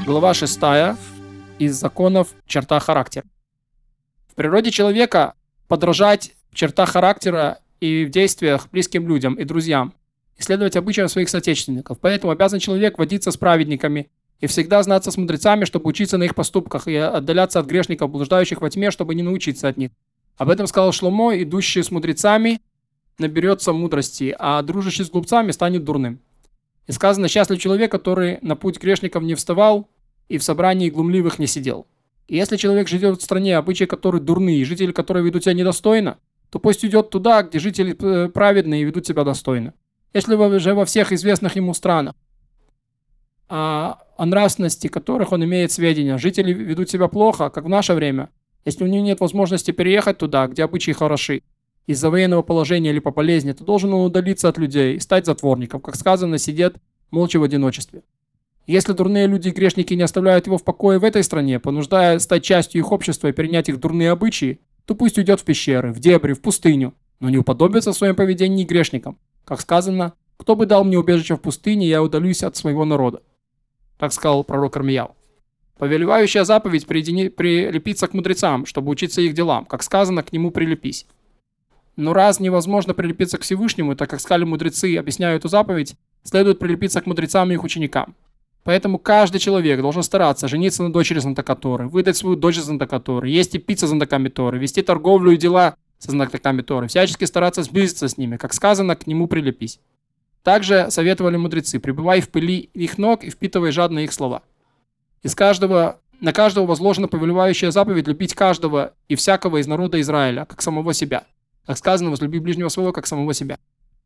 Глава 6 из законов черта характера. В природе человека подражать в чертах характера и в действиях близким людям и друзьям, исследовать обычаям своих соотечественников. Поэтому обязан человек водиться с праведниками и всегда знаться с мудрецами, чтобы учиться на их поступках, и отдаляться от грешников, блуждающих во тьме, чтобы не научиться от них. Об этом сказал Шломо: идущий с мудрецами наберется мудрости, а дружащий с глупцами станет дурным. И сказано: счастлив человек, который на путь грешников не вставал и в собрании глумливых не сидел. И если человек живет в стране, обычаи которой дурные, жители которой ведут себя недостойно, то пусть идет туда, где жители праведные и ведут себя достойно. Если же во всех известных ему странах, о нравственности которых он имеет сведения, жители ведут себя плохо, как в наше время, если у него нет возможности переехать туда, где обычаи хороши, из-за военного положения или по болезни, то должен он удалиться от людей и стать затворником, как сказано, сидят молча в одиночестве. Если дурные люди и грешники не оставляют его в покое в этой стране, понуждая стать частью их общества и перенять их дурные обычаи, то пусть уйдет в пещеры, в дебри, в пустыню, но не уподобится в своем поведении грешникам. Как сказано: «Кто бы дал мне убежище в пустыне, я удалюсь от своего народа». Так сказал пророк Ирмияу. Повелевающая заповедь прилепиться к мудрецам, чтобы учиться их делам. Как сказано: к нему прилепись. Но раз невозможно прилепиться к Всевышнему, так как сказали мудрецы, объясняя эту заповедь, следует прилепиться к мудрецам и их ученикам. Поэтому каждый человек должен стараться жениться на дочери знатока Торы, выдать свою дочь за знатока Торы, есть и пить со знатоками Торы, вести торговлю и дела со знатоками Торы, всячески стараться сблизиться с ними, как сказано, к нему прилепись. Также советовали мудрецы: пребывай в пыли их ног и впитывай жадно их слова. На каждого возложена повелевающая заповедь любить каждого и всякого из народа Израиля, как самого себя. Как сказано: возлюби ближнего своего, как самого себя.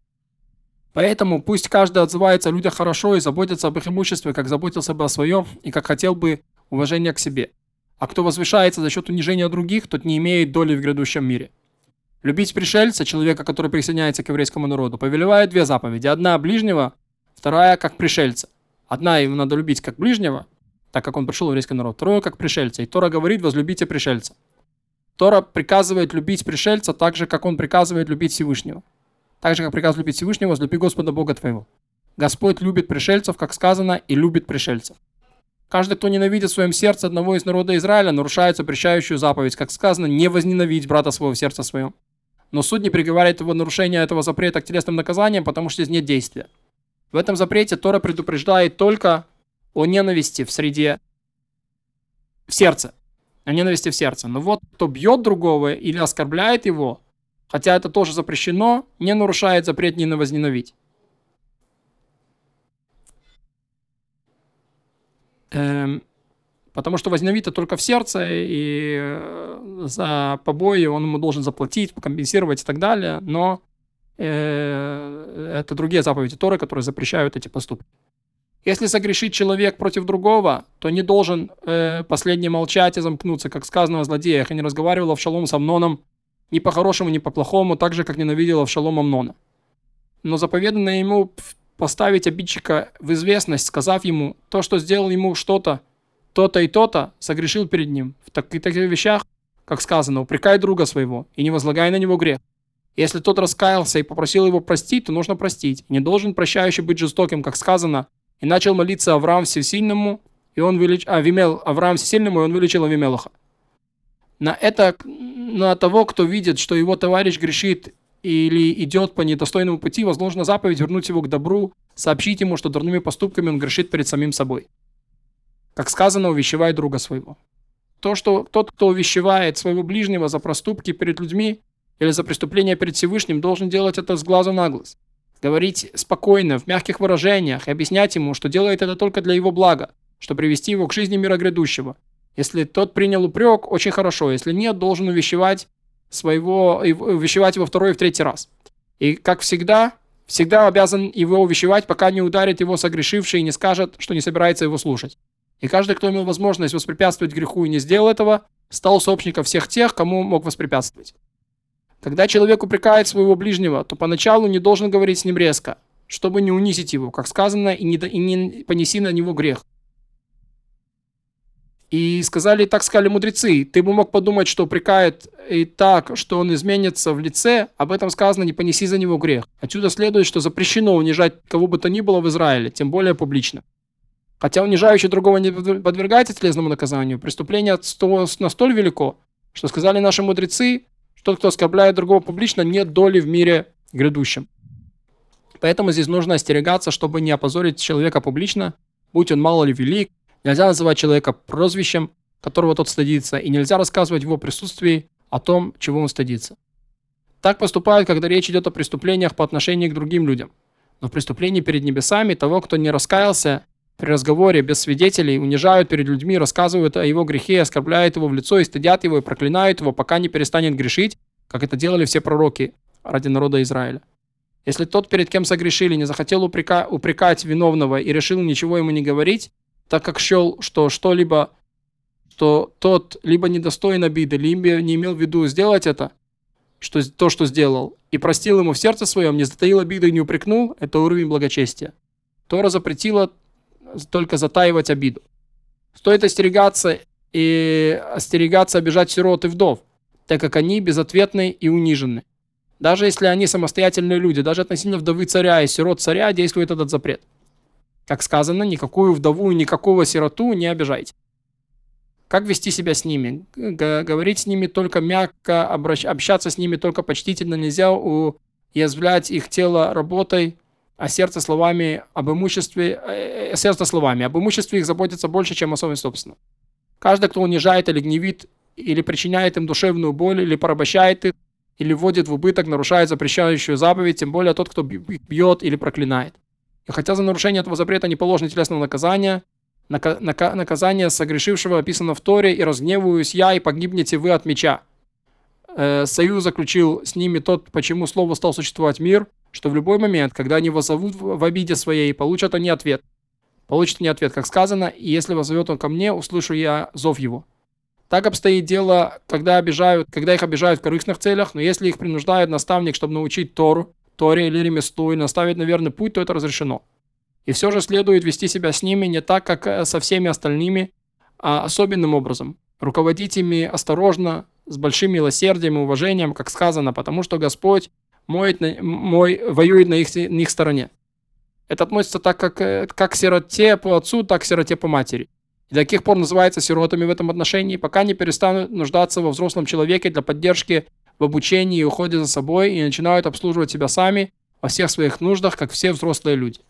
Поэтому пусть каждый отзывается о людях хорошо и заботится об их имуществе, как заботился бы о своем и как хотел бы уважения к себе. А кто возвышается за счет унижения других, тот не имеет доли в грядущем мире. Любить пришельца, человека, который присоединяется к еврейскому народу, повелевает две заповеди. Одна ближнего, вторая как пришельца. Одна его надо любить как ближнего, так как он пришел в еврейский народ. Второе как пришельца. И Тора говорит: возлюбите пришельца. Тора приказывает любить пришельца так же, как он приказывает любить Всевышнего. Так же, как приказывает любить Всевышнего: возлюби Господа Бога твоего. Господь любит пришельцев, как сказано, и любит пришельцев. Каждый, кто ненавидит в своем сердце одного из народа Израиля, нарушает запрещающую заповедь, как сказано: не возненавидь брата своего в сердце своем. Но суд не приговаривает его нарушение этого запрета к телесным наказаниям, потому что здесь нет действия. В этом запрете Тора предупреждает только о ненависти в сердце. О ненависти в сердце. Но вот кто бьет другого или оскорбляет его, хотя это тоже запрещено, не нарушает запрет не возненавидеть. Потому что возненавидит это только в сердце, и за побои он ему должен заплатить, компенсировать и так далее. Но это другие заповеди Торы, которые запрещают эти поступки. Если согрешит человек против другого, то не должен последний молчать и замкнуться, как сказано о злодеях. И не разговаривал Авшалом с Амноном ни по-хорошему, ни по-плохому, так же, как ненавидел Авшалом Амнона. Но заповедано ему поставить обидчика в известность, сказав ему: то, что сделал ему что-то, то-то и то-то, согрешил перед ним. В таких вещах, как сказано: упрекай друга своего и не возлагай на него грех. Если тот раскаялся и попросил его простить, то нужно простить. Не должен прощающий быть жестоким, как сказано: и начал молиться Авраам Всесильному, и он Авраам Всесильному, и он вылечил Авимелаха. На того, кто видит, что его товарищ грешит или идет по недостойному пути, возложена заповедь вернуть его к добру, сообщить ему, что дурными поступками он грешит перед самим собой. Как сказано: увещевай друга своего. Тот, кто увещевает своего ближнего за проступки перед людьми или за преступления перед Всевышним, должен делать это с глазу на глаз. Говорить спокойно, в мягких выражениях и объяснять ему, что делает это только для его блага, чтобы привести его к жизни мира грядущего. Если тот принял упрек, очень хорошо. Если нет, должен увещевать его второй и в третий раз. И как всегда обязан его увещевать, пока не ударит его согрешивший и не скажет, что не собирается его слушать. И каждый, кто имел возможность воспрепятствовать греху и не сделал этого, стал сообщником всех тех, кому мог воспрепятствовать. Когда человек упрекает своего ближнего, то поначалу не должен говорить с ним резко, чтобы не унизить его, как сказано: и не понеси на него грех. И так сказали мудрецы: ты бы мог подумать, что упрекает и так, что он изменится в лице, об этом сказано: не понеси за него грех. Отсюда следует, что запрещено унижать кого бы то ни было в Израиле, тем более публично. Хотя унижающий другого не подвергается телесному наказанию, преступление настоль велико, что сказали наши мудрецы, что тот, кто оскорбляет другого публично, нет доли в мире грядущем. Поэтому здесь нужно остерегаться, чтобы не опозорить человека публично, будь он мало ли велик. Нельзя называть человека прозвищем, которого тот стыдится, и нельзя рассказывать в его присутствии о том, чего он стыдится. Так поступают, когда речь идет о преступлениях по отношению к другим людям. Но в преступлении перед небесами того, кто не раскаялся, при разговоре без свидетелей, унижают перед людьми, рассказывают о его грехе, оскорбляют его в лицо и стыдят его и проклинают его, пока не перестанет грешить, как это делали все пророки ради народа Израиля. Если тот, перед кем согрешили, не захотел упрекать виновного и решил ничего ему не говорить, так как счел, что тот либо недостоин обиды, либо не имел в виду сделать это, что сделал, и простил ему в сердце своем, не затаил обиды и не упрекнул, это уровень благочестия. Тора запретила только затаивать обиду. Стоит остерегаться обижать сирот и вдов, так как они безответны и унижены. Даже если они самостоятельные люди, даже относительно вдовы царя и сирот царя действует этот запрет. Как сказано, никакую вдову и никакого сироту не обижайте. Как вести себя с ними? Говорить с ними только мягко, общаться с ними только почтительно, нельзя уязвлять их тело работой, а сердце словами. Об имуществе их заботится больше, чем о своем собственном. Каждый, кто унижает или гневит, или причиняет им душевную боль, или порабощает их, или вводит в убыток, нарушает запрещающую заповедь, тем более тот, кто бьет или проклинает. И хотя за нарушение этого запрета не положено телесного наказания, наказание согрешившего описано в Торе: «И разгневаюсь я, и погибнете вы от меча». Союз заключил с ними тот, почему слово стал существовать мир, что в любой момент, когда они воззовут в обиде своей, получат они ответ, как сказано: «И если воззовет он ко мне, услышу я зов его». Так обстоит дело, когда их обижают в корыстных целях, но если их принуждает наставник, чтобы научить Торе или ремеслу, или наставить на верный путь, то это разрешено. И все же следует вести себя с ними не так, как со всеми остальными, а особенным образом. Руководить ими осторожно, с большим милосердием и уважением, как сказано, потому что Господь воюет на их стороне. Это относится так, как к сироте по отцу, так к сироте по матери. И до каких пор называются сиротами в этом отношении, пока не перестанут нуждаться во взрослом человеке для поддержки в обучении и уходе за собой и начинают обслуживать себя сами во всех своих нуждах, как все взрослые люди.